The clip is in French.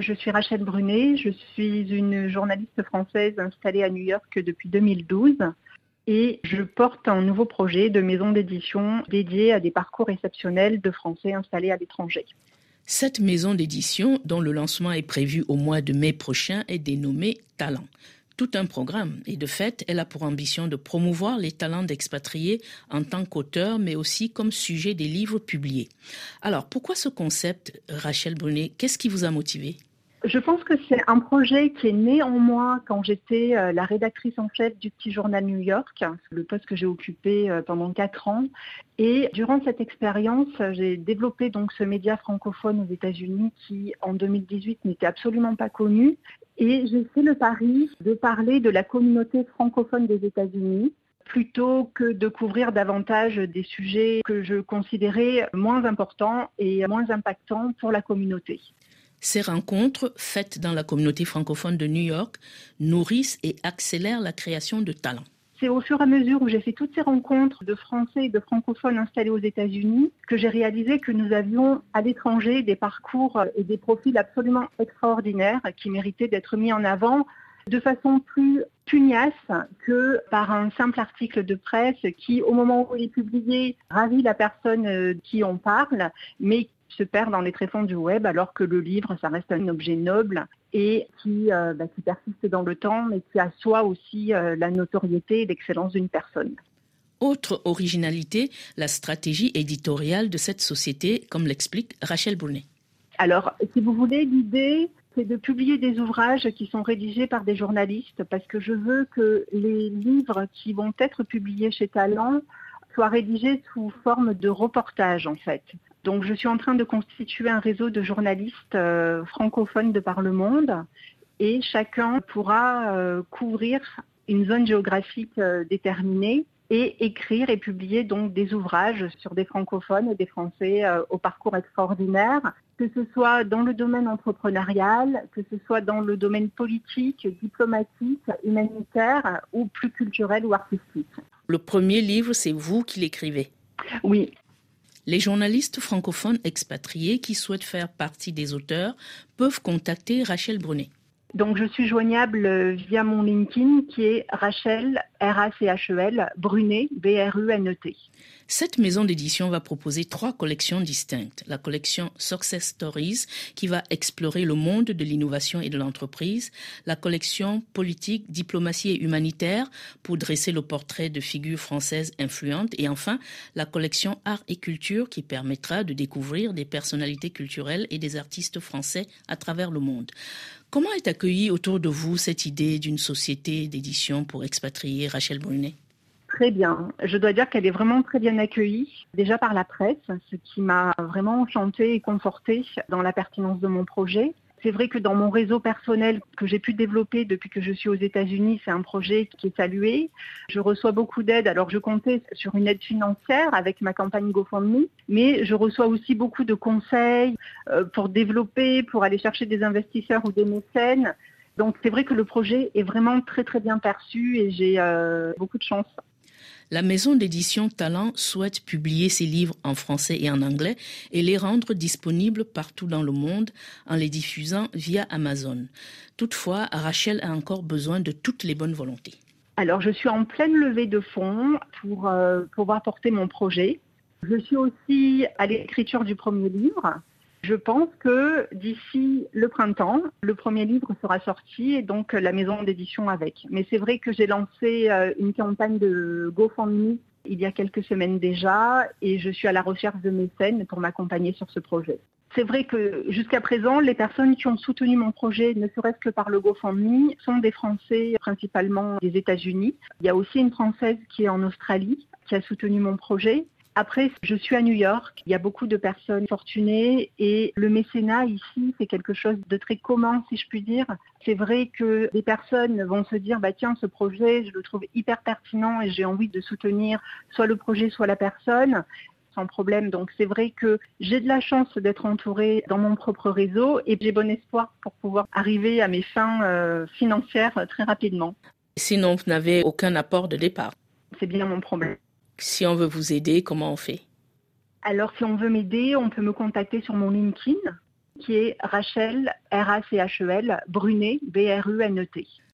Je suis Rachel Brunet, je suis une journaliste française installée à New York depuis 2012 et je porte un nouveau projet de maison d'édition dédié à des parcours exceptionnels de Français installés à l'étranger. Cette maison d'édition, dont le lancement est prévu au mois de mai prochain, est dénommée Talent. Tout un programme et de fait, elle a pour ambition de promouvoir les talents d'expatriés en tant qu'auteur, mais aussi comme sujet des livres publiés. Alors, pourquoi ce concept, Rachel Brunet? Qu'est-ce qui vous a motivé? Je pense que c'est un projet qui est né en moi quand j'étais la rédactrice en chef du petit journal New York, le poste que j'ai occupé pendant 4 ans. Et durant cette expérience, j'ai développé donc ce média francophone aux États-Unis qui, en 2018, n'était absolument pas connu. Et j'ai fait le pari de parler de la communauté francophone des États-Unis plutôt que de couvrir davantage des sujets que je considérais moins importants et moins impactants pour la communauté. Ces rencontres, faites dans la communauté francophone de New York, nourrissent et accélèrent la création de talents. C'est au fur et à mesure où j'ai fait toutes ces rencontres de Français et de francophones installés aux États-Unis que j'ai réalisé que nous avions à l'étranger des parcours et des profils absolument extraordinaires qui méritaient d'être mis en avant de façon plus pugnace que par un simple article de presse qui, au moment où il est publié, ravit la personne qui en parle, mais se perd dans les tréfonds du web, alors que le livre, ça reste un objet noble et qui persiste dans le temps, mais qui assoit aussi la notoriété et l'excellence d'une personne. Autre originalité, la stratégie éditoriale de cette société, comme l'explique Rachel Brunet. Alors, si vous voulez, l'idée, c'est de publier des ouvrages qui sont rédigés par des journalistes, parce que je veux que les livres qui vont être publiés chez Talent soient rédigés sous forme de reportage, en fait. Donc, je suis en train de constituer un réseau de journalistes francophones de par le monde et chacun pourra couvrir une zone géographique déterminée et écrire et publier donc des ouvrages sur des francophones et des Français au parcours extraordinaire, que ce soit dans le domaine entrepreneurial, que ce soit dans le domaine politique, diplomatique, humanitaire ou plus culturel ou artistique. Le premier livre, c'est vous qui l'écrivez? Oui. Les journalistes francophones expatriés qui souhaitent faire partie des auteurs peuvent contacter Rachel Brunet. Donc, je suis joignable via mon LinkedIn qui est Rachel, R-A-C-H-E-L, Brunet, B-R-U-N-E-T. Cette maison d'édition va proposer 3 collections distinctes. La collection Success Stories qui va explorer le monde de l'innovation et de l'entreprise. La collection Politique, diplomatie et humanitaire pour dresser le portrait de figures françaises influentes. Et enfin, la collection Art et culture qui permettra de découvrir des personnalités culturelles et des artistes français à travers le monde. Comment est accueillie autour de vous cette idée d'une société d'édition pour expatriés, Rachel Brunet? Très bien. Je dois dire qu'elle est vraiment très bien accueillie, déjà par la presse, ce qui m'a vraiment enchantée et confortée dans la pertinence de mon projet. C'est vrai que dans mon réseau personnel que j'ai pu développer depuis que je suis aux États-Unis, c'est un projet qui est salué. Je reçois beaucoup d'aide. Alors, je comptais sur une aide financière avec ma campagne GoFundMe, mais je reçois aussi beaucoup de conseils pour développer, pour aller chercher des investisseurs ou des mécènes. Donc, c'est vrai que le projet est vraiment très, très bien perçu et j'ai beaucoup de chance. La maison d'édition Talent souhaite publier ses livres en français et en anglais et les rendre disponibles partout dans le monde en les diffusant via Amazon. Toutefois, Rachel a encore besoin de toutes les bonnes volontés. Alors, je suis en pleine levée de fonds pour pouvoir porter mon projet. Je suis aussi à l'écriture du premier livre. Je pense que d'ici le printemps, le premier livre sera sorti et donc la maison d'édition avec. Mais c'est vrai que j'ai lancé une campagne de GoFundMe il y a quelques semaines déjà et je suis à la recherche de mécènes pour m'accompagner sur ce projet. C'est vrai que jusqu'à présent, les personnes qui ont soutenu mon projet, ne serait-ce que par le GoFundMe, sont des Français, principalement des États-Unis. Il y a aussi une Française qui est en Australie, qui a soutenu mon projet. Après, je suis à New York, il y a beaucoup de personnes fortunées et le mécénat ici, c'est quelque chose de très commun, si je puis dire. C'est vrai que des personnes vont se dire, tiens, ce projet, je le trouve hyper pertinent et j'ai envie de soutenir soit le projet, soit la personne, sans problème. Donc c'est vrai que j'ai de la chance d'être entourée dans mon propre réseau et j'ai bon espoir pour pouvoir arriver à mes fins financières très rapidement. Sinon, vous n'avez aucun apport de départ. C'est bien mon problème. Si on veut vous aider, comment on fait? Alors, si on veut m'aider, on peut me contacter sur mon LinkedIn. qui est Rachel, Rachel, Brunet, Brunet.